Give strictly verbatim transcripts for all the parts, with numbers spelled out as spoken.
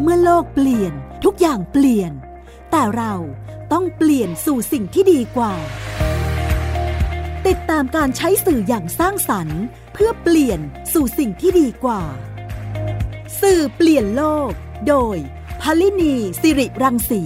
เมื่อโลกเปลี่ยนทุกอย่างเปลี่ยนแต่เราต้องเปลี่ยนสู่สิ่งที่ดีกว่าติดตามการใช้สื่ออย่างสร้างสรรค์เพื่อเปลี่ยนสู่สิ่งที่ดีกว่าสื่อเปลี่ยนโลกโดยพลินีสิริรังสี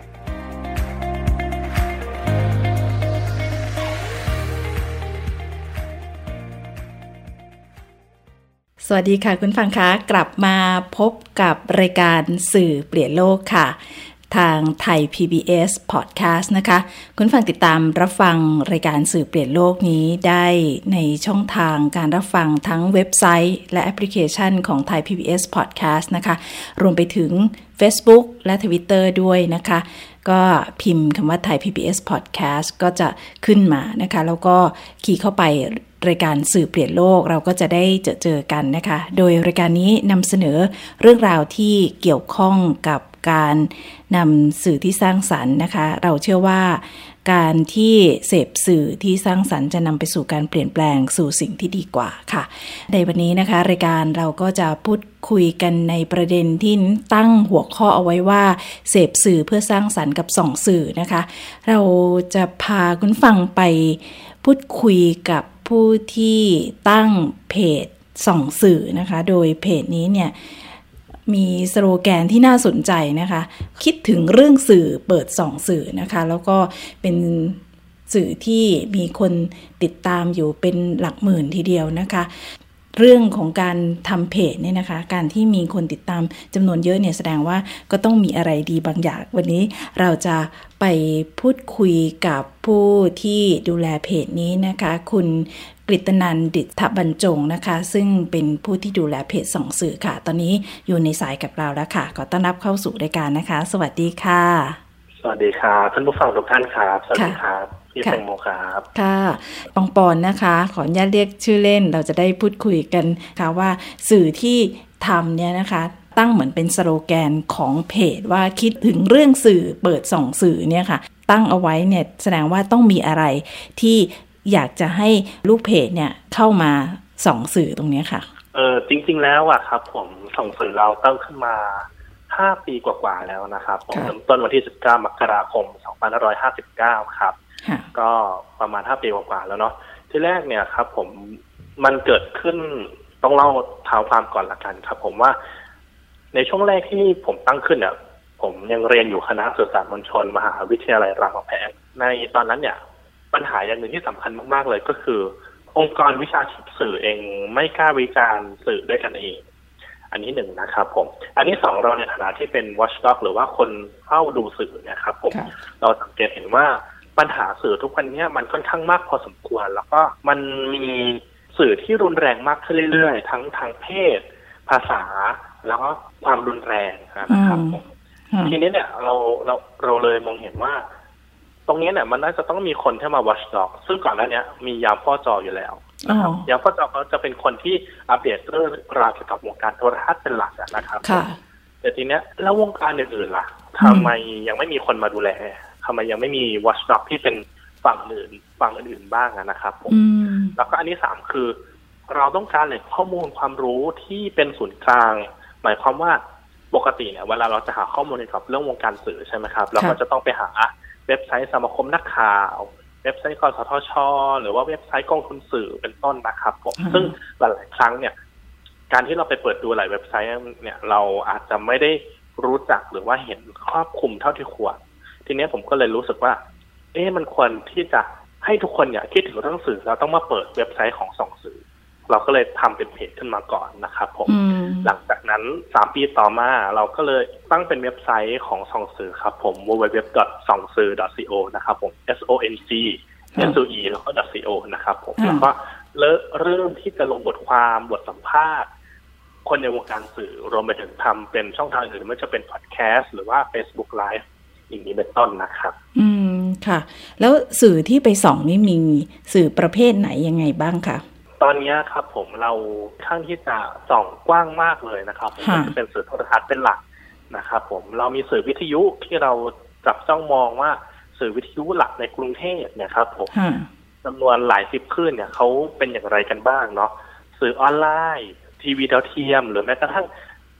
สวัสดีค่ะคุณฟังคะกลับมาพบกับรายการสื่อเปลี่ยนโลกค่ะทางไทย พี บี เอส Podcast นะคะคุณฟังติดตามรับฟังรายการสื่อเปลี่ยนโลกนี้ได้ในช่องทางการรับฟังทั้งเว็บไซต์และแอปพลิเคชันของไทย พี บี เอส Podcast นะคะรวมไปถึง Facebook และ Twitter ด้วยนะคะก็พิมพ์คำว่าไทย พี บี เอส Podcast ก็จะขึ้นมานะคะแล้วก็คีย์เข้าไปรายการสื่อเปลี่ยนโลกเราก็จะได้เจอเจอกันนะคะโดยรายการนี้นำเสนอเรื่องราวที่เกี่ยวข้องกับการนำสื่อที่สร้างสรรค์นะคะเราเชื่อว่าการที่เสพสื่อที่สร้างสรรค์จะนำไปสู่การเปลี่ยนแปลงสู่สิ่งที่ดีกว่าค่ะในวันนี้นะคะรายการเราก็จะพูดคุยกันในประเด็นที่ตั้งหัวข้อเอาไว้ว่าเสพสื่อเพื่อสร้างสรรค์กับส่องสื่อนะคะเราจะพาคุณฟังไปพูดคุยกับผู้ที่ตั้งเพจส่องสื่อนะคะโดยเพจนี้เนี่ยมีสโลแกนที่น่าสนใจนะคะคิดถึงเรื่องสื่อเปิดส่องสื่อนะคะแล้วก็เป็นสื่อที่มีคนติดตามอยู่เป็นหลักหมื่นทีเดียวนะคะเรื่องของการทำเพจเนี่ยนะคะการที่มีคนติดตามจำนวนเยอะเนี่ยแสดงว่าก็ต้องมีอะไรดีบางอย่างวันนี้เราจะไปพูดคุยกับผู้ที่ดูแลเพจนี้นะคะคุณกฤตนันท์ ดิษฐบรรจงนะคะซึ่งเป็นผู้ที่ดูแลเพจส่องสื่อค่ะตอนนี้อยู่ในสายกับเราแล้วค่ะขอต้อนรับเข้าสู่รายการนะคะสวัสดีค่ะสวัสดีครับท่านผู้ฟังทุกท่านครับสวัสดีครับพี่แตงโมครับค่ะปองปอนนะคะขออนุญาตเรียกชื่อเล่นเราจะได้พูดคุยกันค่ะว่าสื่อที่ทำเนี่ยนะคะตั้งเหมือนเป็นสโลแกนของเพจว่าคิดถึงเรื่องสื่อเปิดส่องสื่อเนี่ยค่ะตั้งเอาไว้เนี่ยแสดงว่าต้องมีอะไรที่อยากจะให้ลูกเพจเนี่ยเข้ามาส่องสื่อตรงนี้ค่ะเออจริงๆแล้วอะครับผมส่องสื่อเราตั้งขึ้นมาห้าปีกว่าๆแล้วนะครับผมเริ่มต้นวันที่สิบเก้ามกราคมสองพันห้าร้อยห้าสิบเก้าครับก็ประมาณห้าปีกว่าๆแล้วเนาะที่แรกเนี่ยครับผมมันเกิดขึ้นต้องเล่าเท้าความก่อนละกันครับผมว่าในช่วงแรกที่ผมตั้งขึ้นเนี่ยผมยังเรียนอยู่คณะสื่อสารมวลชนมหาวิทยาลัยรามคำแหงในตอนนั้นเนี่ยปัญหาอย่างหนึ่งที่สำคัญมากๆเลยก็คือองค์กรวิชาชีพสื่อเองไม่กล้าวิจารณ์สื่อด้วยกันเองอันนี้หนึ่งนะครับผมอันที่สองเราในฐานะที่เป็น watchdog หรือว่าคนเฝ้าดูสื่อเนี่ยครับผมเราสังเกตเห็นว่าปัญหาสื่อทุกวันนี้มันค่อนข้างมากพอสมควรแล้วก็มันมีสื่อที่รุนแรงมากขึ้นเรื่อยๆทั้งทางเพศภาษาแล้วก็ความรุนแรงนะครับผมทีนี้เนี่ยเราเราเราเลยมองเห็นว่าตรงนี้เนี่ยมันน่าจะต้องมีคนที่มา watchdog ซึ่งก่อนหน้านี้มียามพ่อจออยู่แล้วนะครับยามพ่อจอเขาจะเป็นคนที่อัปเดตเรื่องราวเกี่ยวกับวงการโทรทัศน์เป็นหลักนะครับแต่ทีเนี้ยแล้ววงการอื่นๆล่ะทำไมยังไม่มีคนมาดูแลทำไมยังไม่มี watchdog ที่เป็นฝั่งอื่นฝั่งอื่นๆบ้างนะครับผมแล้วก็อันที่สามคือเราต้องการแหล่งข้อมูลความรู้ที่เป็นศูนย์กลางหมายความว่าปกติเนี่ยเวลาเราจะหาข้อมูลเกี่ยวกับเรื่องวงการสื่อใช่ไหมครับเราก็จะต้องไปหาเว็บไซต์สมาคมนักข่าวเว็บไซต์กสทช.หรือว่าเว็บไซต์กองทุนสื่อเป็นต้นนะครับผมซึ่งหลายๆครั้งเนี่ยการที่เราไปเปิดดูหลายเว็บไซต์เนี่ยเราอาจจะไม่ได้รู้จักหรือว่าเห็นครอบคลุมเท่าที่ควรทีนี้ผมก็เลยรู้สึกว่าเอ๊ะมันควรที่จะให้ทุกคนเนี่ยคิดถึงเรื่องสื่อเราต้องมาเปิดเว็บไซต์ของส่องสื่อเราก็เลยทำเป็นเพจขึ้นมาก่อนนะครับผมหลังจากนั้นสามปีต่อมาเราก็เลยตั้งเป็นเว็บไซต์ของส่องสื่อครับผม ดับเบิลยู ดับเบิลยู ดับเบิลยู ดอท ส่องสื่อ ดอท ซี โอ นะครับผม S O N G S O E แล้วก็ .co นะครับผมแล้วก็เริ่มที่จะลงบทความบทสัมภาษณ์คนในวงการสื่อรวมไปถึงทำเป็นช่องทางอื่นไม่ว่าจะเป็นพอดแคสต์หรือว่า Facebook Live อย่างนี้เป็นต้นนะครับอืมค่ะแล้วสื่อที่ไปส่องนี่มีสื่อประเภทไหนยังไงบ้างคะตอนนี้ครับผมเราค่อนข้างที่จะส่องกว้างมากเลยนะครับผมจะเป็นสื่อโทรทัศน์เป็นหลักนะครับผมเรามีสื่อวิทยุที่เราจับจ้องมองว่าสื่อวิทยุหลักในกรุงเทพเนี่ยครับผมจำนวนหลายสิบคลื่นเนี่ยเขาเป็นอย่างไรกันบ้างเนาะสื่อออนไลน์ทีวีดาวเทียมหรือแม้กระทั่ง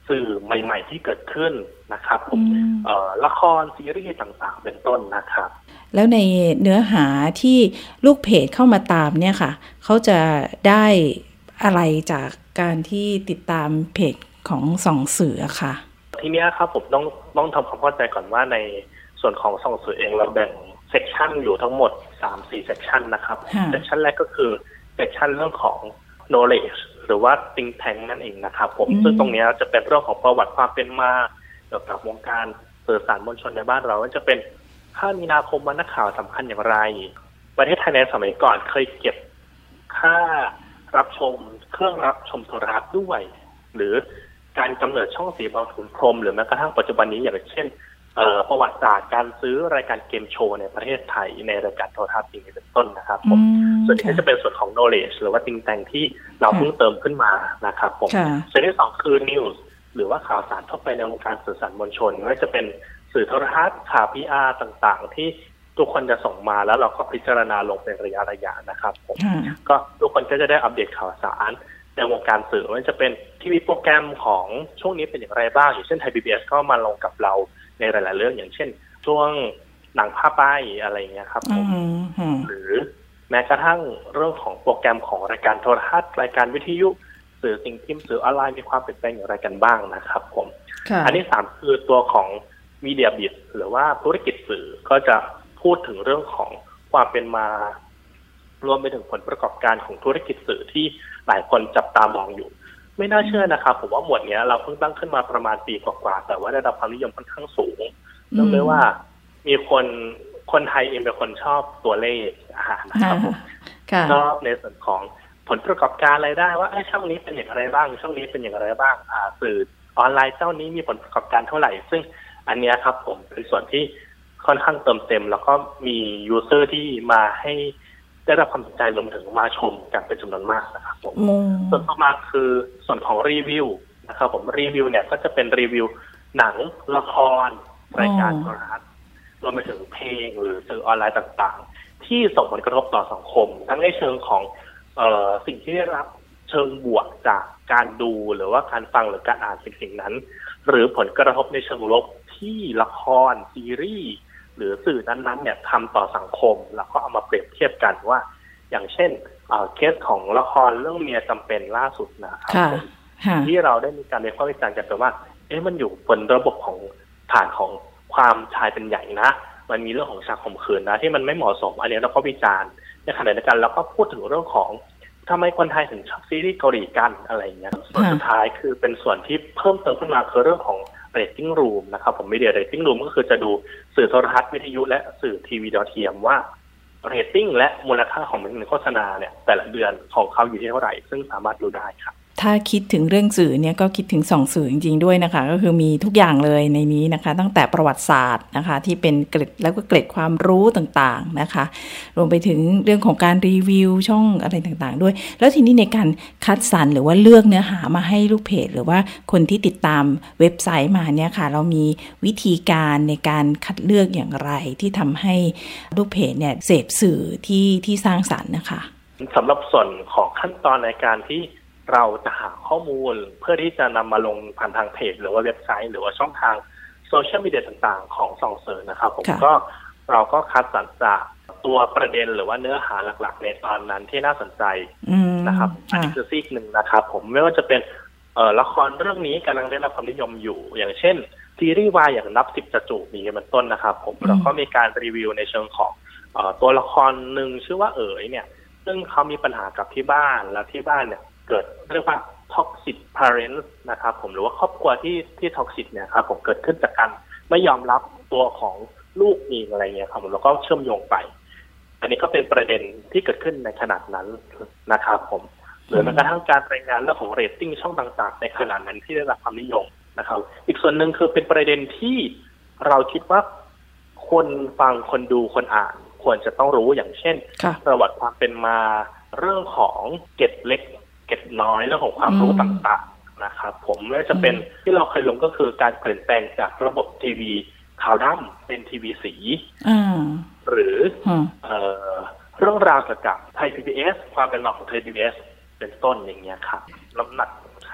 สื่อใหม่ๆที่เกิดขึ้นนะครับผมละครซีรีส์ต่างๆเป็นต้นนะครับแล้วในเนื้อหาที่ลูกเพจเข้ามาตามเนี่ยค่ะเขาจะได้อะไรจากการที่ติดตามเพจของส่องสื่ออะค่ะทีนี้ครับผมต้องต้องทำความเข้าใจก่อนว่าในส่วนของส่องสื่อเองเราแบ่งเซกชันอยู่ทั้งหมด สามสี่ เซกชันนะครับเซกชันแรกก็คือเซกชันเรื่องของ knowledge หรือว่า think tank นั่นเองนะครับผมซึ่งตรงนี้จะเป็นเรื่องของประวัติความเป็นมาเกี่ยวกับวงการสื่อสารมวลชนในบ้านเราว่าจะเป็นค่ามีนาคมวันนักข่าวสำคัญอย่างไรประเทศไทยในสมัยก่อนเคยเก็บค่ารับชมเครื่องรับชมโทรทัศน์ด้วยหรือการกำเนิดช่องสีบอลถุนพรมหรือแม้กระทั่งปัจจุบันนี้อย่างเช่นประวัติศาสตร์การซื้อรายการเกมโชว์ในประเทศไทยในรายการโทรทัศน์อย่างนี้เป็นต้นนะครับผมส่วนนี้ก็จะเป็นส่วนของ knowledge หรือว่า think tank ที่เราเพิ่งเติมขึ้นมานะครับผมส่วนที่สองคือ news หรือว่าข่าวสารทั่วไปในวงการสื่อสารมวลชนไม่ว่าจะเป็นสื่อโทรทัศน์ข่าว พี อาร์ ต่างๆที่ทุกคนจะส่งมาแล้วเราก็พิจารณาลงเป็นระยะระยะนะครับผมก็ทุกคนก็จะได้อัปเดตข่าวสารในวงการสื่อไม่ว่าจะเป็นทีวีโปรแกรมของช่วงนี้เป็นอย่างไรบ้างอย่างเช่นไทย พี บี เอส ก็มาลงกับเราในหลายๆเรื่องอย่างเช่นช่วงหนังผ้าป้ายอะไรเงี้ยครับผมหรือแม้กระทั่งเรื่องของโปรแกรมของรายการโทรทัศน์รายการวิทยุสื่อสิ่งพิมพ์สื่อออนไลน์มีความเปลี่ยนแปลงอย่างไรกันบ้างนะครับผมอันที่สามคือตัวของมีเดียบิทหรือว่าธุรกิจสื่อก็จะพูดถึงเรื่องของความเป็นมารวมไปถึงผลประกอบการของธุรกิจสื่อที่หลายคนจับตามองอยู่ไม่น่าเชื่อนะครับผมว่าหมวดนี้เราเพิ่งตั้งขึ้นมาประมาณปีกว่าๆแต่ว่าได้รับความนิยมค่อนข้างสูงเนื่องด้วยว่ามีคนคนไทยเองเป็นคนชอบตัวเลขนะครับผมชอบในส่วนของผลประกอบการรายได้ว่าช่องนี้เป็นอย่างไรบ้างช่องนี้เป็นอย่างไรบ้างสื่อออนไลน์เจ้านี้มีผลประกอบการเท่าไหร่ซึ่งอันนี้ครับผมเป็นส่วนที่ค่อนข้างเติมเต็มแล้วก็มียูเซอร์ที่มาให้ได้รับความสนใจรวมถึงมาชมกันเป็นจำนวนมากนะครับผมส่วนต่อมาคือส่วนของรีวิวนะครับผมรีวิวเนี่ยก็จะเป็นรีวิวหนังละครรายการโทรทัศน์รวมไปถึงเพลงหรือสื่อออนไลน์ต่างๆที่ส่งผลกระทบต่อสังคมทั้งในเชิงของเอ่อสิ่งที่ได้รับเชิงบวกจากการดูหรือว่าการฟังหรือการอ่านสิ่งสิ่งนั้นหรือผลกระทบในเชิงลบที่ละครซีรีส์หรือสื่อนั้นๆเนี่ยทำต่อสังคมแล้วก็เอามาเปรียบเทียบกันว่าอย่างเช่นเคสของละครเรื่องเมียจำเป็นล่าสุดนะครับที่เราได้มีการวิพากษ์วิจารณ์กันไปว่าเอ๊ะมันอยู่บนระบบของฐานของความชายเป็นใหญ่นะมันมีเรื่องของฉากข่มขืนนะที่มันไม่เหมาะสมอันนี้เราก็วิจารณ์ในขณะเดียวกันแล้วก็พูดถึงเรื่องของทำไมคนไทยถึงชอบซีรีส์เกาหลีกันอะไรอย่างเงี้ยส่วนสุดท้ายคือเป็นส่วนที่เพิ่มเติมขึ้นมาคือเรื่องของrating room นะครับผม media rating room ก็คือจะดูสื่อโทรทัศน์วิทยุและสื่อทีวีดาวเทียมว่า rating และมูลค่าของเงินโฆษณาเนี่ยแต่ละเดือนของเขาอยู่ที่เท่าไหร่ซึ่งสามารถดูได้ครับถ้าคิดถึงเรื่องสื่อเนี่ยก็คิดถึงสองสื่อจริงๆด้วยนะคะก็คือมีทุกอย่างเลยในนี้นะคะตั้งแต่ประวัติศาสตร์นะคะที่เป็นเกร็ดแล้วก็เกร็ดความรู้ต่างๆนะคะรวมไปถึงเรื่องของการรีวิวช่องอะไรต่างๆด้วยแล้วทีนี้ในการคัดสรรหรือว่าเลือกเนื้อหามาให้ลูกเพจหรือว่าคนที่ติดตามเว็บไซต์มาเนี่ยค่ะเรามีวิธีการในการคัดเลือกอย่างไรที่ทำให้ลูกเพจเนี่ยเสพสื่อที่ที่สร้างสรรค์นะคะสำหรับส่วนของขั้นตอนในการที่เราจะหาข้อมูลเพื่อที่จะนำมาลงผ่านทางเพจหรือว่าเว็บไซต์หรือว่าช่องทางโซเชียลมีเดียต่างๆของส่องเสริญนะครับผมก็เราก็คัดสรรจากตัวประเด็นหรือว่าเนื้อหาหลักๆในตอนนั้นที่น่าสนใจนะครับอันนี้คือซีกหนึ่งนะครับผมไม่ว่าจะเป็นเอ่อละครเรื่องนี้กำลังได้รับความนิยมอยู่อย่างเช่นซีรีส์วายอย่างนับสิบจะจูบนี้เป็นต้นนะครับผมแล้วก็มีการรีวิวในเชิงของเอ่อตัวละครหนึ่งชื่อว่าเอ๋ยเนี่ยซึ่งเขามีปัญหากับที่บ้านแล้วที่บ้านเนี่ยเกิดเรียกว่า toxic parents นะครับผมหรือว่าครอบครัวที่ที่ toxic เนี่ยครับผมเกิดขึ้นจากการไม่ยอมรับตัวของลูกเองอะไรเงี้ยครับแล้วก็เชื่อมโยงไปอันนี้ก็เป็นประเด็นที่เกิดขึ้นในขนาดนั้นนะครับผมหรือแม้กระทั่งการรายงานเรื่องของเรตติ้งช่องต่างๆในขนาดนั้นที่ได้รับความนิยมนะครับอีกส่วนหนึ่งคือเป็นประเด็นที่เราคิดว่าคนฟังคนดูคนอ่านควรจะต้องรู้อย่างเช่นประวัติความเป็นมาเรื่องของเกร็ดเล็กเก็บน้อยเรื่องของความรู้ต่างๆนะครับผมไม่ว่าจะเป็นที่เราเคยลงก็คือการเปลี่ยนแปลงจากระบบทีวีขาวดำเป็นทีวีสีหรือเอ่อเรื่องราวเกี่ยวกับไทย พี บี เอส ความเป็นมาของไทย พี บี เอส เป็นต้นอย่างเงี้ยครับน้ำหนักใ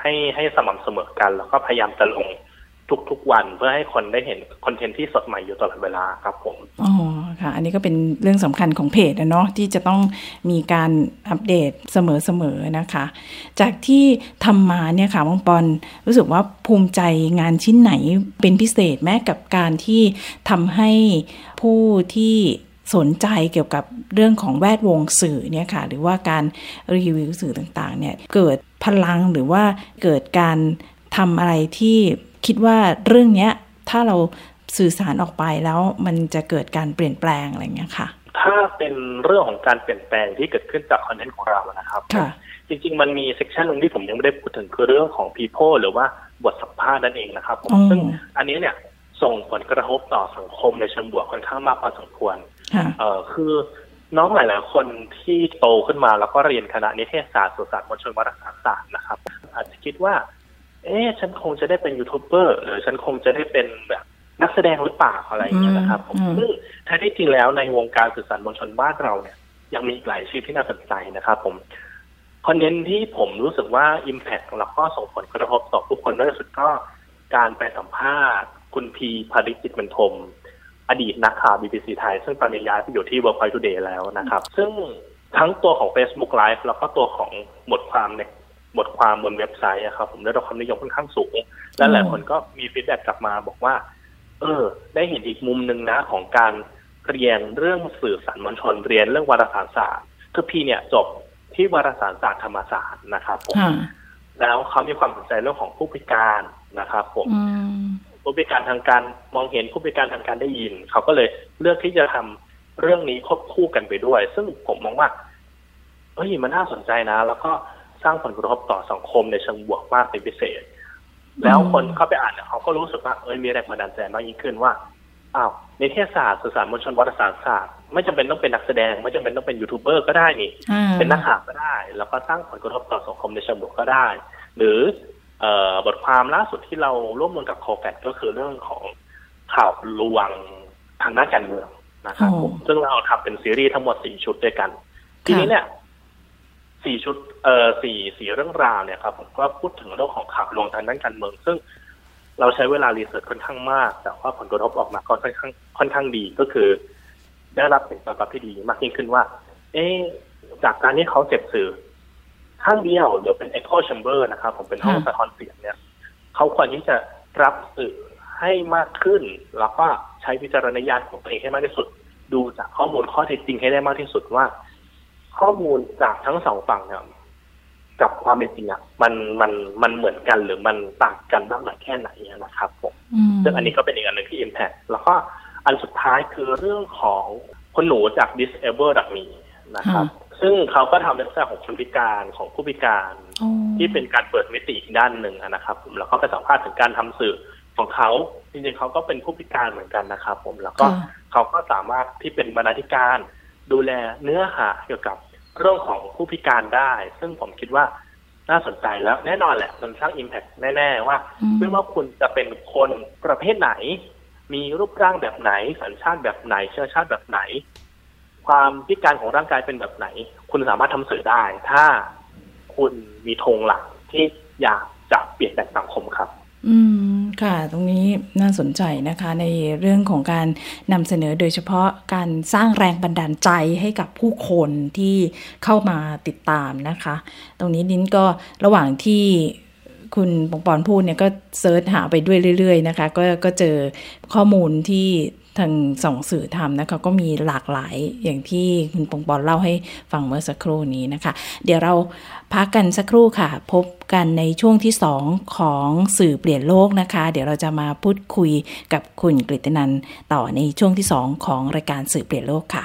ให้ให้สม่ำเสมอกันแล้วก็พยายามจะลงทุกๆวันเพื่อให้คนได้เห็นคอนเทนต์ที่สดใหม่อยู่ตลอดเวลาครับผมอ๋อค่ะอันนี้ก็เป็นเรื่องสำคัญของเพจนะเนาะที่จะต้องมีการอัปเดตเสมอๆนะคะจากที่ทำมาเนี่ยค่ะบางปอนรู้สึกว่าภูมิใจงานชิ้นไหนเป็นพิเศษแม้กับการที่ทำให้ผู้ที่สนใจเกี่ยวกับเรื่องของแวดวงสื่อเนี่ยค่ะหรือว่าการรีวิวสื่อต่างๆเนี่ยเกิดพลังหรือว่าเกิดการทำอะไรที่คิดว่าเรื่องนี้ถ้าเราสื่อสารออกไปแล้วมันจะเกิดการเปลี่ยนแปลงอะไรเงี้ยค่ะถ้าเป็นเรื่องของการเปลี่ยนแปลงที่เกิดขึ้นจากคอนเทนต์ของเรานะครับจริงๆมันมีเซกชันนึงที่ผมยังไม่ได้พูดถึงคือเรื่องของ people หรือว่าบทสัมภาษณ์นั่นเองนะครับผมซึ่งอันนี้เนี่ยส่งผลกระทบต่อสังคมในเชิงบวกค่อนข้างมากพอสมควรเอ่อคือน้องหลายๆคนที่โตขึ้นมาแล้วก็เรียนคณะนิเทศศาสตร์สื่อสารมวลชนวารสารศาสตร์นะครับอาจจะคิดว่าเอ๊ะฉันคงจะได้เป็นยูทูบเบอร์หรือฉันคงจะได้เป็นแบบนักแสดงหรือเปล่าอะไรอย่างเงี้ยนะครับผมซึ่งแท้ที่จริงแล้วในวงการสื่อสารมวลชนบ้านเราเนี่ยยังมีหลายชื่อที่น่าสนใจนะครับผมคอนเทนต์ที่ผมรู้สึกว่า impact แล้วก็ส่งผลกระทบต่อผู้คนมากที่สุดก็การไปสัมภาษณ์คุณพีภริจิตบรรทมอดีตนักข่าว บี บี ซี ไทยซึ่งตอนนี้ย้ายไปอยู่ที่ Workpoint Today แล้วนะครับซึ่งทั้งตัวของ Facebook Live แล้วก็ตัวของบทความในบทความบนเว็บไซต์ครับผมได้รับความนิยมค่อนข้างสูงและหลายคนก็มีฟีดแบ็กกลับมาบอกว่าเออได้เห็นอีกมุมนึงนะของการเรียนเรื่องสื่อสารมวลชนเรียนเรื่องวารสารศาสตร์คือพี่เนี่ยจบที่วารสารศาสตร์ธรรมศาสตร์นะครับผมแล้วเขามีความสนใจเรื่องของผู้พิการนะครับผมผู้พิการทางการมองเห็นผู้พิการทางการได้ยินเขาก็เลยเลือกที่จะทำเรื่องนี้ควบคู่กันไปด้วยซึ่งผมมองว่าเฮ้ยมันน่าสนใจนะแล้วก็สร้างผลกระทบต่อสังคมในเชิงบวกมากเป็นพิเศษแล้วคนเข้าไปอ่านเนี่ยเขาก็รู้สึกว่าเออมีแรงบันดาลใจมากยิ่งขึ้นว่าอ้าวนิเทศศาสตร์สื่อสารมวลชนวารสารศาสตร์ไม่จำเป็นต้องเป็นนักแสดงไม่จำเป็นต้องเป็นยูทูบเบอร์ก็ได้นี่เป็นนักข่าวก็ได้แล้วก็สร้างผลกระทบต่อสังคมในเชิงบวกก็ได้หรือเอ่อบทความล่าสุดที่เราร่วมมือกับโคแฟกก็คือเรื่องของข่าวลวงทางด้านการเมืองนะครับผมซึ่งเราทำเป็นซีรีส์ทั้งหมดสี่ชุดด้วยกันทีนี้เนี่ยสี่ชุดเอ่อสี่สี่เรื่องราวเนี่ยครับผมก็พูดถึงเรื่องของข่าวลวงทางด้านการเมืองซึ่งเราใช้เวลารีเสิร์ชค่อนข้างมากแต่ว่าผลกระทบออกมาก็ค่อนข้างค่อนข้างดีก็คือได้รับผลตอบรับที่ดีมากยิ่งขึ้นว่าเอ๊ะจากการที่เขาเสพสื่อข้างเดียวหรือเป็น echo chamber นะครับผมเป็นห้องสะท้อนเสียงเนี่ยเขาควรที่จะรับสื่อให้มากขึ้นแล้วก็ใช้วิจารณญาณของตัวเองให้มากที่สุดดูจากข้อมูลข้อเท็จจริงให้ได้มากที่สุดว่าข้อมูลจากทั้งสองฝั่งเนี่ยกับความเป็นจริงอ่ะมันมันมันเหมือนกันหรือมันต่างกันมากน้อยแค่ไหนนะครับผมซึ่งอันนี้ก็เป็นอีกอันหนึ่งที่ impact แล้วก็อันสุดท้ายคือเรื่องของคนหนูจาก disable ดักมีนะครับซึ่งเขาก็ทำเรื่องของคนพิการของผู้พิการที่เป็นการเปิดมิติอีกด้านหนึ่งนะครับผมแล้วก็ไปสัมภาษณ์ถึงการทำสื่อของเขาจริงๆเขาก็เป็นผู้พิการเหมือนกันนะครับผมแล้วก็เขาก็สามารถที่เป็นบรรณาธิการดูแลเนื้อหาเกี่ยวกับเรื่องของผู้พิการได้ซึ่งผมคิดว่าน่าสนใจแล้วแน่นอนแหละมันสร้าง impact แน่ๆว่าไม่ว่าคุณจะเป็นคนประเภทไหนมีรูปร่างแบบไหนสัญชาติแบบไหนเชื้อชาติแบบไหนความพิการของร่างกายเป็นแบบไหนคุณสามารถทำสื่อได้ถ้าคุณมีธงหลักที่อยากจะเปลี่ยนแปลงสังคมครับอืมค่ะตรงนี้น่าสนใจนะคะในเรื่องของการนำเสนอโดยเฉพาะการสร้างแรงบันดาลใจให้กับผู้คนที่เข้ามาติดตามนะคะตรงนี้นิ้นก็ระหว่างที่คุณปองปอนพูดเนี่ยก็เซิร์ชหาไปด้วยเรื่อยๆนะคะก็ก็เจอข้อมูลที่ทางสองสื่อทำนะคะก็มีหลากหลายอย่างที่คุณปองปอนเล่าให้ฟังเมื่อสักครู่นี้นะคะเดี๋ยวเราพักกันสักครู่ค่ะพบกันในช่วงที่สองของสื่อเปลี่ยนโลกนะคะเดี๋ยวเราจะมาพูดคุยกับคุณกฤตนันท์ต่อในช่วงที่สองของรายการสื่อเปลี่ยนโลกค่ะ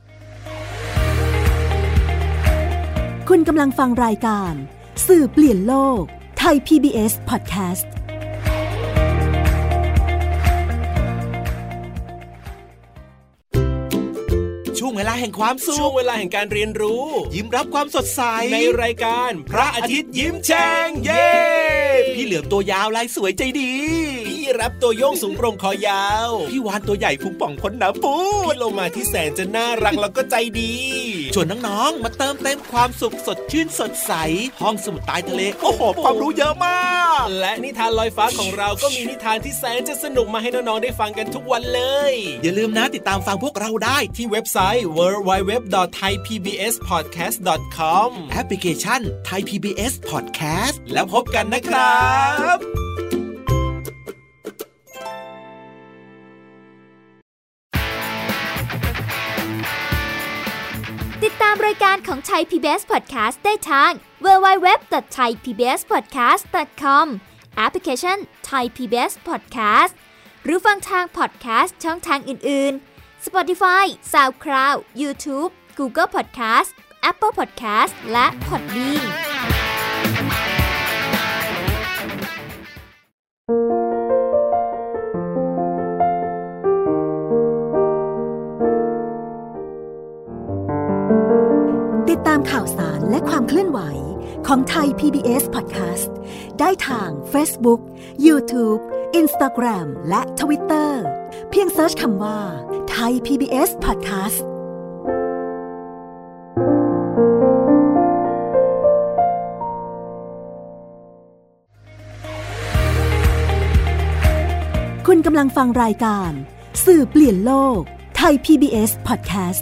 คุณกำลังฟังรายการสื่อเปลี่ยนโลกไทย พี บี เอส Podcast ช่วงเวลาแห่งความสุขช่วงเวลาแห่งการเรียนรู้ยิ้มรับความสดใสในรายการพระอาทิตย์ยิ้มแฉ่งเย้พี่เหลือมตัวยาวลายสวยใจดีพี่พี่รับตัวโยงสูงโปร่งคอยาวพี่วานตัวใหญ่พุงป่องพ้นน้ำปูพี่โลมาที่แสนจะน่ารักแล้วก็ใจดีชวนน้องๆมาเติมเต็มความสุขสดชื่นสดใสห้องสมุดใต้ทะเลโอ้โหความรู้เยอะมากและนิทานลอยฟ้าของเราก็มีนิทานที่แสนจะสนุกมาให้น้องๆได้ฟังกันทุกวันเลยอย่าลืมนะติดตามฟังพวกเราได้ที่เว็บไซต์ ดับเบิลยู ดับเบิลยู ดับเบิลยู ดอท ไทย พี บี เอส พอดแคสต์ ดอท คอมแอปพลิเคชัน Thai พี บี เอส Podcast แล้วพบกันนะครับติดตามรายการของ Thai พี บี เอส Podcast ได้ทาง ดับเบิลยู ดับเบิลยู ดับเบิลยู ดอท ไทย พี บี เอส พอดแคสต์ ดอท คอม แอปพลิเคชัน Thai พี บี เอส Podcast หรือฟังทาง podcast ช่องทางอื่นๆ Spotify, SoundCloud, YouTube, Google Podcast, Apple Podcast และ Podbean ติดตามข่าวสารและความเคลื่อนไหวของไทย พี บี เอส Podcast ได้ทาง Facebook, YouTube, Instagram และ Twitter เพียงเสิร์ชคำว่าไทย พี บี เอส Podcastคุณกำลังฟังรายการสื่อเปลี่ยนโลกไทย พี บี เอส Podcast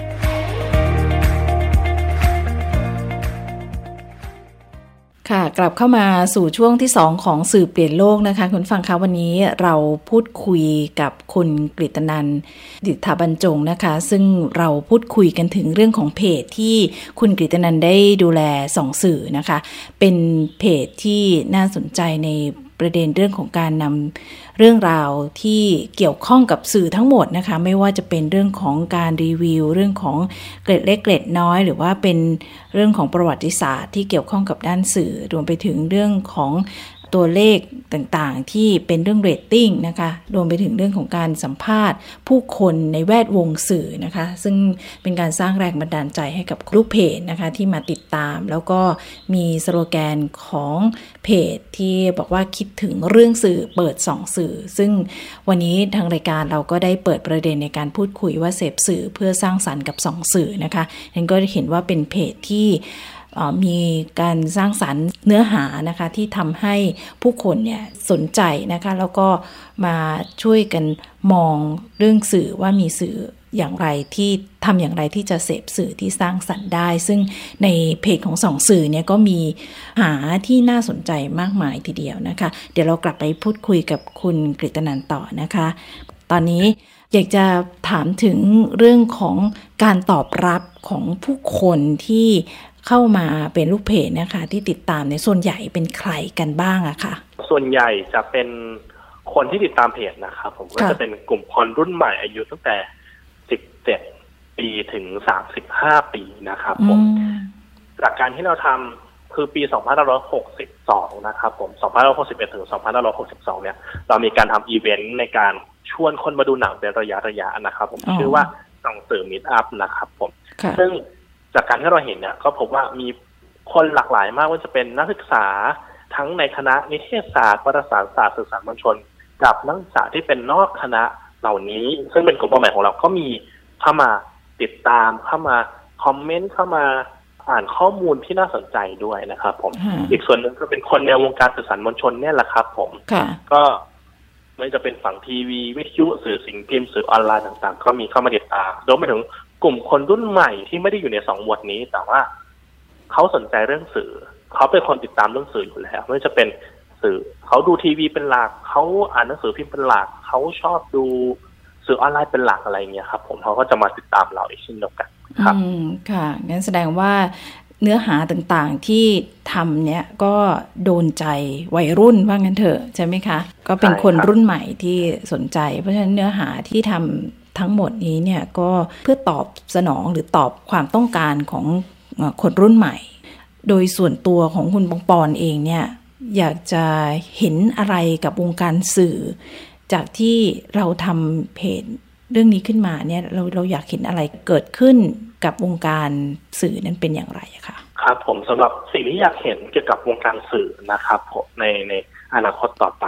ค่ะกลับเข้ามาสู่ช่วงที่สองของสื่อเปลี่ยนโลกนะคะคุณฟังคะวันนี้เราพูดคุยกับคุณกฤตนันท์ดิษฐบรรจงนะคะซึ่งเราพูดคุยกันถึงเรื่องของเพจที่คุณกฤตนันท์ได้ดูแลสองสื่อนะคะเป็นเพจที่น่าสนใจในประเด็นเรื่องของการนำเรื่องราวที่เกี่ยวข้องกับสื่อทั้งหมดนะคะไม่ว่าจะเป็นเรื่องของการรีวิวเรื่องของเกร็ดเล็กเกร็ดน้อยหรือว่าเป็นเรื่องของประวัติศาสตร์ที่เกี่ยวข้องกับด้านสื่อรวมไปถึงเรื่องของตัวเลขต่างๆที่เป็นเรื่องเรตติ้งนะคะรวมไปถึงเรื่องของการสัมภาษณ์ผู้คนในแวดวงสื่อนะคะซึ่งเป็นการสร้างแรงบันดาลใจให้กับลูกเพจนะคะที่มาติดตามแล้วก็มีสโลแกนของเพจที่บอกว่าคิดถึงเรื่องสื่อเปิดสองสื่อซึ่งวันนี้ทางรายการเราก็ได้เปิดประเด็นในการพูดคุยว่าเสพสื่อเพื่อสร้างสรรค์กับสองสื่อนะคะนั่นก็เห็นว่าเป็นเพจที่มีการสร้างสรรค์เนื้อหานะคะที่ทำให้ผู้คนเนี่ยสนใจนะคะแล้วก็มาช่วยกันมองเรื่องสื่อว่ามีสื่ออย่างไรที่ทำอย่างไรที่จะเสพสื่อที่สร้างสรรค์ได้ซึ่งในเพจของสองสื่อเนี่ยก็มีหาที่น่าสนใจมากมายทีเดียวนะคะเดี๋ยวเรากลับไปพูดคุยกับคุณกฤตนันท์ต่อนะคะตอนนี้อยากจะถามถึงเรื่องของการตอบรับของผู้คนที่เข้ามาเป็นลูกเพจนะคะที่ติดตามในส่วนใหญ่เป็นใครกันบ้างอะค่ะส่วนใหญ่จะเป็นคนที่ติดตามเพจนะครับผมก็จะเป็นกลุ่มคนรุ่นใหม่อายุตั้งแต่สิบเจ็ดปีถึงสามสิบห้าปีนะครับผมจากการที่เราทำคือปีสองพันห้าร้อยหกสิบสองนะครับผมสองพันห้าร้อยหกสิบเอ็ดถึงสองพันห้าร้อยหกสิบสองเนี่ยเรามีการทำอีเวนต์ในการชวนคนมาดูหนังเป็นระยะระยะนะครับผมชื่อว่าส่องสื่อมิตอัพนะครับผมซึ่งจากการที่เราเห็นเนี่ยก็พบว่ามีคนหลากหลายมากว่าจะเป็นนักศึกษาทั้งในคณะนิเทศศาสตร์วารสารศาสตร์สื่อสารมวลชนกับนักศึกษาที่เป็นนอกคณะเหล่านี้ซึ่งเป็นกลุ่มเป้าหมายของเราก็มีเข้ามาติดตามเข้ามาคอมเมนต์เข้ามาอ่านข้อมูลที่น่าสนใจด้วยนะครับผมอีกส่วนหนึ่งก็เป็นคนในวงการสื่อสารมวลชนเนี่ยแหละครับผมก็ไม่จะเป็นฝั่งทีวีวิทยุสื่อสิ่งพิมพ์สื่อออนไลน์ต่างๆก็มีเข้ามาติดตามรวมไปถึงกลุ่มคนรุ่นใหม่ที่ไม่ได้อยู่ในสองหมวดนี้แต่ว่าเขาสนใจเรื่องสื่อเขาเป็นคนติดตามเรื่องสื่ออยู่แล้วไม่ว่าจะเป็นสื่อเขาดูทีวีเป็นหลักเขาอ่านหนังสือพิมพ์เป็นหลักเขาชอบดูสื่อออนไลน์เป็นหลักอะไรเงี้ยครับผมเขาก็จะมาติดตามเราอีกเช่นเดียวกันครับอืมค่ะงั้นแสดงว่าเนื้อหาต่างๆที่ทำเนี่ยก็โดนใจวัยรุ่นว่างั้นเถอะใช่ไหมคะก็เป็นคนรุ่นใหม่ที่สนใจเพราะฉะนั้นเนื้อหาที่ทำทั้งหมดนี้เนี่ยก็เพื่อตอบสนองหรือตอบความต้องการของคนรุ่นใหม่โดยส่วนตัวของคุณปองปอนเองเนี่ยอยากจะเห็นอะไรกับวงการสื่อจากที่เราทำเพจเรื่องนี้ขึ้นมาเนี่ยเราเราอยากเห็นอะไรเกิดขึ้นกับวงการสื่อนั้นเป็นอย่างไรคะครับผมสำหรับสิ่งที่อยากเห็นเกี่ยวกับวงการสื่อนะครับผมในในอนาคตต่อไป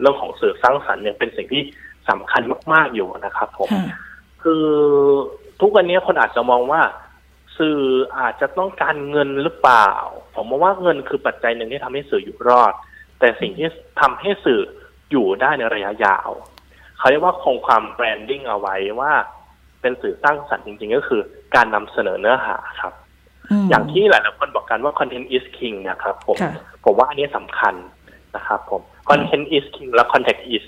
เรื่องของสื่อสร้างสรรค์เนี่ยเป็นสิ่งที่สำคัญมากๆอยู่นะครับผมคือทุกวันนี้คนอาจจะมองว่าสื่ออาจจะต้องการเงินหรือเปล่าผมมองว่าเงินคือปัจจัยหนึ่งที่ทำให้สื่ออยู่รอดแต่สิ่งที่ทำให้สื่ออยู่ได้ในระยะยาวเขาเรียกว่าคงความแบรนดิ้งเอาไว้ว่าเป็นสื่อสร้างสรรค์จริงๆก็คือการนำเสนอเนื้อหาครับอย่างที่หลายๆคนบอกกันว่า content is king นะครับผมผมว่าอันนี้สำคัญนะครับผม content is king และ context is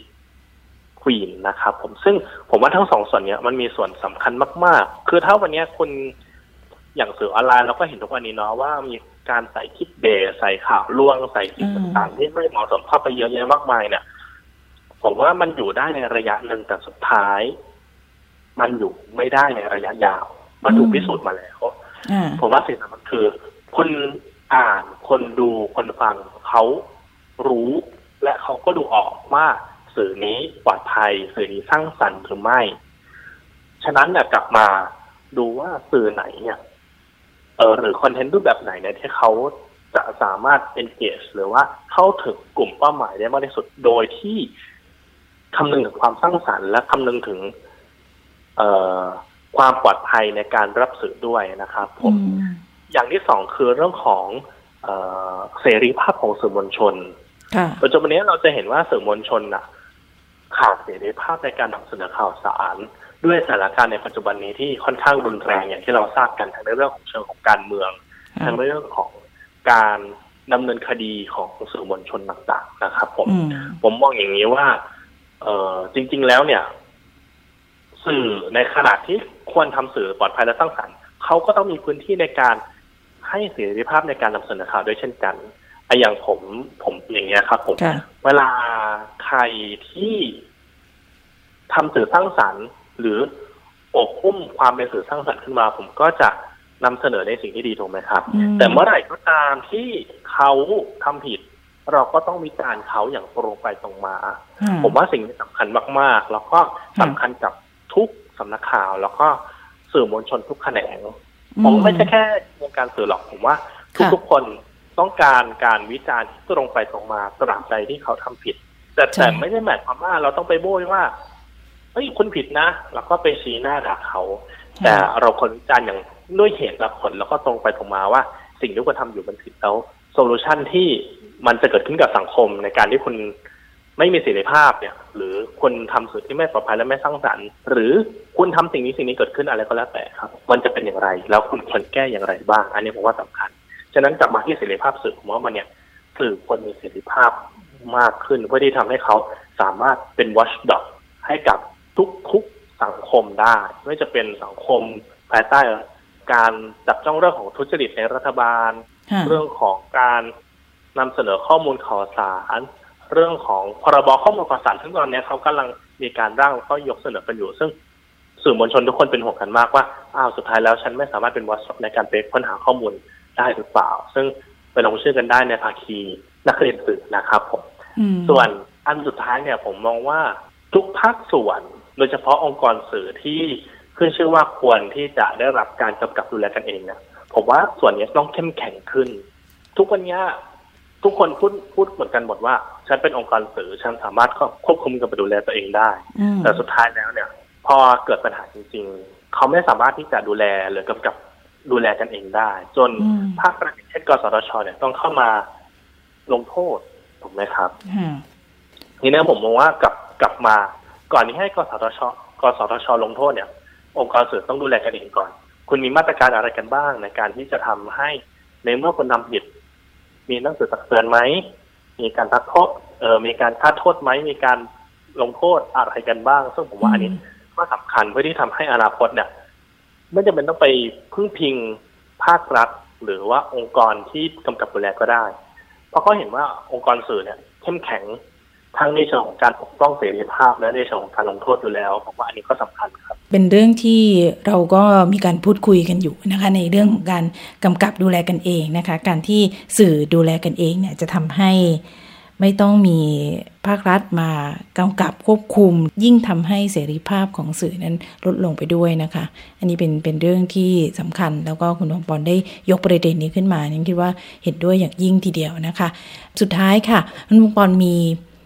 queen นะครับผมซึ่งผมว่าทั้งสองส่วนนี้มันมีส่วนสำคัญมากๆคือถ้าวันนี้คุณอย่างสื่อออนไลน์เราก็เห็นทุกวันนี้เนาะว่ามีการใส่คลิปเบสใส่ข่าวลวงใส่คลิปต่างๆที่ไม่เหมาะสมเข้าไปเยอะแยะมากมายเนี่ยผมว่ามันอยู่ได้ในระยะหนึ่งแต่สุดท้ายมันอยู่ไม่ได้ในระยะยาวมันถูกพิสูจน์มาแล้วผมว่าสิ่งสำคัญคือคนอ่านคนดูคนฟังเขารู้และเขาก็ดูออกว่าสื่อนี้ปลอดภัยสื่อนี้สร้างสรรค์หรือไม่ฉะนั้นเนี่ยกลับมาดูว่าสื่อไหนเนี่ยเออหรือคอนเทนต์รูปแบบไหนเนี่ยที่เขาจะสามารถ engage หรือว่าเข้าถึงกลุ่มเป้าหมายได้มากที่สุดโดยที่คำนึงถึงความสร้างสรรค์และคำนึงถึงเอ่อความปลอดภัยในการรับสื่อด้วยนะครับผมอย่างที่สองคือเรื่องของเอ่อเสรีภาพของสื่อมวลชนปัจจุบันนี้เราจะเห็นว่าสื่อมวลชนน่ะขาดเสรีภาพในการนำเสนอข่าวสารด้วยสถานการณ์ในปัจจุบันนี้ที่ค่อนข้างรุนแรงอย่างที่เราทราบกันทั้งในเรื่องของเชิงของการเมืองทั้งในเรื่องของการดำเนินคดีของสื่อมวลชนต่างๆนะครับผมผมมองอย่างนี้ว่าเออจริงๆแล้วเนี่ยสื่อในขณะที่ควรทำสื่อปลอดภัยและสร้างสรรค์เขาก็ต้องมีพื้นที่ในการให้เสรีภาพในการนำเสนอข่าวด้วยเช่นกันไอ้อย่างผมผมอย่างเงี้ยครับผมเวลาใครที่ทำสื่อสร้างสรรค์หรืออบอุ้มความเป็นสื่อสร้างสรรค์ขึ้นมาผมก็จะนำเสนอในสิ่งที่ดีถูกไหมครับแต่เมื่อไหร่ก็ตามที่เขาทำผิดเราก็ต้องวิจารณ์เขาอย่างตรงไปตรงมาผมว่าสิ่งนี้สำคัญมากๆแล้วก็สำคัญกับทุกสำนักข่าวแล้วก็สื่อมวลชนทุกแขนงผมไม่ใช่แค่วงการสื่อหรอกผมว่าทุกๆคนต้องการการวิจารณ์ที่ตรงไปตรงมาตราบใดที่เขาทำผิดแต่แต่ไม่ได้หมายความว่าเราต้องไปโบยว่าเฮ้ยคุณผิดนะแล้วก็ไปชี้หน้าด่าเขาแต่เราควรวิจารณ์อย่างด้วยเหตุและผลแล้วก็ตรงไปตรงมาว่าสิ่งที่คุณทำอยู่มันผิดแล้วโซลูชันที่มันจะเกิดขึ้นกับสังคมในการที่คุณไม่มีเสรีภาพเนี่ยหรือคุณทำสื่อที่ไม่ปลอดภัยและไม่สร้างสรรค์หรือคุณทำสิ่งนี้สิ่งนี้เกิดขึ้นอะไรก็แล้วแต่ครับมันจะเป็นอย่างไรแล้วคุณควรแก้อย่างไรบ้างอันนี้ผมว่าสำคัญฉะนั้นกลับมาที่เสรีภาพสื่อผมว่ามันเนี่ยสื่อควรมีเสรีภาพมากขึ้นเพื่อที่ทำให้เขาสามารถเป็น watchdog ให้กับทุกๆสังคมได้ไม่จะเป็นสังคมภายใต้การจับจ้องเรื่องของทุจริตในรัฐบาลเรื่องของการนำเสนอข้อมูลข่าวสารเรื่องของพรบข้อมูลข่าวสารซึ่งตอนนี้เขากำลังมีการร่างแล้วก็ยกเสนอกันอยู่ซึ่งสื่อมวลชนทุกคนเป็นห่วงกันมากว่าอ้าวสุดท้ายแล้วฉันไม่สามารถเป็นวอทช์ในการไปค้นหาข้อมูลได้หรือเปล่าซึ่งไปลงชื่อกันได้ในภาคีนักเรียนสื่อนะครับผมส่วนอันสุดท้ายเนี่ยผมมองว่าทุกภาคส่วนโดยเฉพาะองค์กรสื่อที่ขึ้นชื่อว่าควรที่จะได้รับการกำกับดูแลกันเองเนี่ยผมว่าส่วนนี้ต้องเข้มแข็งขึ้นทุกวันนี้ทุกคนพูดพูดเหมือนกันหมดว่าฉันเป็นองค์กรสื่อฉันสามารถควบคุมกับดูแลตัวเองได้แต่สุดท้ายแล้วเนี่ยพอเกิดปัญหาจริงๆเขาไม่สามารถที่จะดูแลหรือกำกับดูแลกันเองได้จนภาครัฐเช่นกสทชเนี่ยต้องเข้ามาลงโทษถูกไหมครับทีนี้ผมมองว่ากลับกลับมาก่อนที่ให้กสทชกสทชลงโทษเนี่ยองค์กรสื่อต้องดูแลกันเองก่อนคุณมีมาตรการอะไรกันบ้างในการที่จะทำให้ในเมื่อคนทำผิดมีหนังสือตักเตือนไหมมีการพักโทษเอ่อมีการคาดโทษไหมมีการลงโทษอะไรกันบ้างซึ่งผมว่าอันนี้ก็สำคัญเพื่อที่ทำให้อนาคตเนี่ยไม่จำเป็นต้องไปพึ่งพิงภาครัฐหรือว่าองค์กรที่กำกับดูแลก็ได้เพราะเขาเห็นว่าองค์กรสื่อเนี่ยเข้มแข็งทั้งในเชิงของการปกป้องเสรีภาพและในเชิงของการลงโทษอยู่แล้วผมว่าอันนี้ก็สำคัญครับเป็นเรื่องที่เราก็มีการพูดคุยกันอยู่นะคะในเรื่องของการกำกับดูแลกันเองนะคะการที่สื่อดูแลกันเองเนี่ยจะทำให้ไม่ต้องมีภาครัฐมากำกับควบคุมยิ่งทำให้เสรีภาพของสื่อนั้นลดลงไปด้วยนะคะอันนี้เป็นเป็นเรื่องที่สำคัญแล้วก็คุณพงษ์ปอนได้ยกประเด็นนี้ขึ้นมาฉันคิดว่าเห็นด้วยอย่างยิ่งทีเดียวนะคะสุดท้ายค่ะคุณพงษ์ปอนมี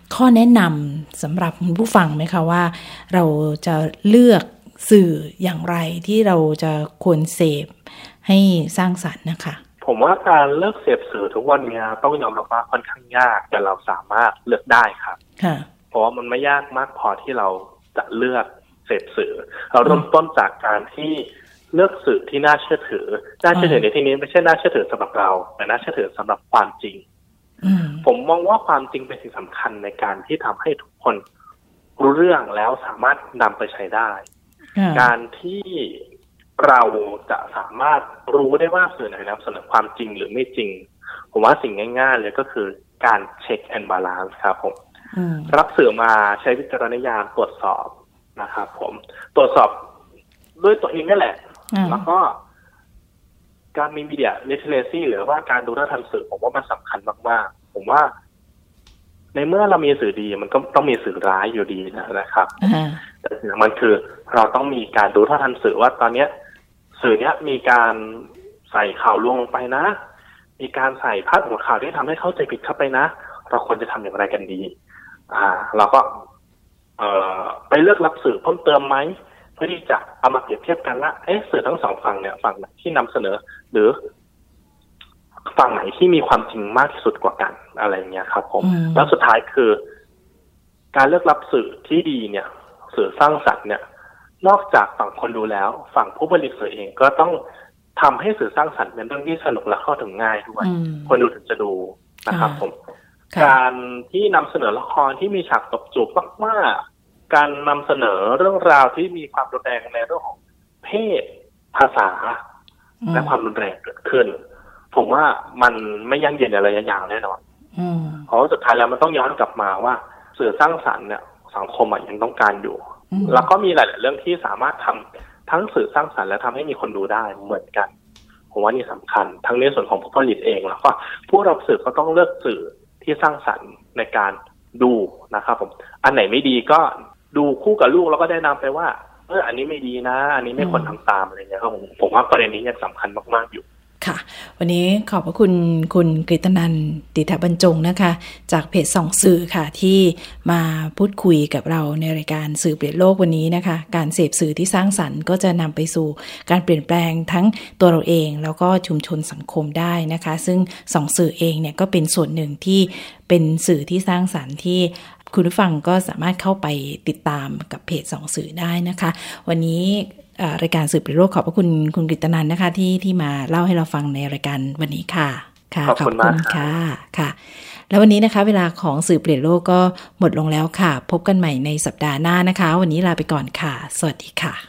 ข้อแนะนำสำหรับคุณผู้ฟังไหมคะว่าเราจะเลือกสื่ออย่างไรที่เราจะควรเสพให้สร้างสรรค์นะคะผมว่าการเลือกเสพสื่อทุกวันนี้ต้องยอมรับว่าค่อนข้างยากแต่เราสามารถเลือกได้ครับเพราะว่ามันไม่ยากมากพอที่เราจะเลือกเสพสื่อเราเริ่มต้นจากการที่เลือกสื่อที่น่าเชื่อถือน่าเชื่อถือในที่นี้ไม่ใช่น่าเชื่อถือสำหรับเราแต่น่าเชื่อถือสำหรับความจริงผมมองว่าความจริงเป็นสิ่งสำคัญในการที่ทำให้ทุกคนรู้เรื่องแล้วสามารถนำไปใช้ได้การที่เราจะสามารถรู้ได้ว่าสื่อไหนนำเสนอความจริงหรือไม่จริงผมว่าสิ่งง่ายๆเลยก็คือการเช็คแอนด์บาลานซ์ครับผมรับสื่อมาใช้วิจารณญาณตรวจสอบนะครับผมตรวจสอบด้วยตัวเองนั่นแหละแล้วก็การมีมีเดียลิเทเรซีหรือว่าการดูเรื่องทางสื่อผมว่ามันสำคัญมากๆผมว่าในเมื่อเรามีสื่อดีมันก็ต้องมีสื่อร้ายอยู่ดีนะครับแต่สิ่งมันคือเราต้องมีการดูเท่าทันสื่อว่าตอนนี้สื่อเนี้ยมีการใส่ข่าวลวงลงไปนะมีการใส่พาดหัวข่าวที่ทำให้เข้าใจผิดเข้าไปนะเราควรจะทำอย่างไรกันดีอ่าเราก็เอ่อไปเลือกรับสื่อเพิ่มเติมไหมเพื่อที่จะเอามาเปรียบเทียบกันว่าเอ๊ะสื่อทั้งสองฝั่งเนี่ยฝั่งไหนที่นำเสนอหรือฝั่งไหนที่มีความจริงมากที่สุดกว่ากันอะไรเงี้ยครับผมแล้วสุดท้ายคือการเลือกรับสื่อที่ดีเนี่ยสื่อสร้างสรรค์เนี่ยนอกจากฝั่งคนดูแล้วฝั่งผู้ผลิตสื่อเองก็ต้องทำให้สื่อสร้างสรรค์เป็นเรื่องที่สนุกและเข้าถึงง่ายด้วยคนดูถึงจะดูนะครับผมการที่นำเสนอละครที่มีฉากตบจูบมากๆการนำเสนอเรื่องราวที่มีความรุนแรงในเรื่องของเพศภาษาและความรุนแรงเกิดขึ้นผมว่ามันไม่ยั่งยืนในระยะยาวแน่นอนเพราะสุดท้ายแล้วมันต้องย้อนกลับมาว่าสื่อสร้างสรรค์เนี่ยสังคมยังต้องการอยู่แล้วก็มีหลายๆเรื่องที่สามารถทำทั้งสื่อสร้างสรรค์และทำให้มีคนดูได้เหมือนกันผมว่านี่สำคัญทั้งในส่วนของผู้ผลิตเองแล้วก็ผู้รับสื่อก็ต้องเลือกสื่อที่สร้างสรรค์ในการดูนะครับผมอันไหนไม่ดีก็ดูคู่กับลูกแล้วก็แนะนำไปว่าเอออันนี้ไม่ดีนะอันนี้ไม่ควรทำตามอะไรเงี้ยครับผมผมว่าประเด็นนี้ยังสำคัญมากๆอยู่ค่ะวันนี้ขอบพระคุณคุณกฤตนันท์ดิษฐบรรจงนะคะจากเพจส่องสื่อค่ะที่มาพูดคุยกับเราในรายการสื่อเปลี่ยนโลกวันนี้นะคะการเสพสื่อที่สร้างสรรค์ก็จะนำไปสู่การเปลี่ยนแปลงทั้งตัวเราเองแล้วก็ชุมชนสังคมได้นะคะซึ่งส่องสื่อเองเนี่ยก็เป็นส่วนหนึ่งที่เป็นสื่อที่สร้างสรรค์ที่คุณผู้ฟังก็สามารถเข้าไปติดตามกับเพจส่องสื่อได้นะคะวันนี้รายการสื่อเปลี่ยนโลกขอบพระคุณคุณกฤตนันท์นะคะที่ที่มาเล่าให้เราฟังในรายการวันนี้ค่ะค่ะขอบคุณมากค่ะค่ะแล้ววันนี้นะคะเวลาของสื่อเปลี่ยนโลกก็หมดลงแล้วค่ะพบกันใหม่ในสัปดาห์หน้านะคะวันนี้ลาไปก่อนค่ะสวัสดีค่ะ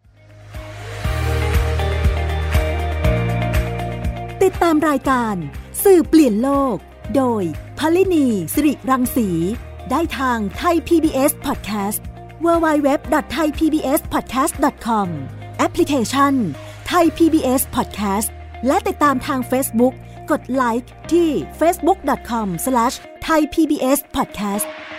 ติดตามรายการสื่อเปลี่ยนโลกโดยพลินีสิริรังสีได้ทางไทย พี บี เอส Podcastดับเบิลยู ดับเบิลยู ดับเบิลยู ดอท ไทย พี บี เอส พอดแคสต์ ดอท คอม แอปพลิเคชัน Thai พี บี เอส Podcast และติดตามทาง Facebook กดไลค์ที่ เฟซบุ๊ก ดอท คอม สแลช ไทย พี บี เอส พอดแคสต์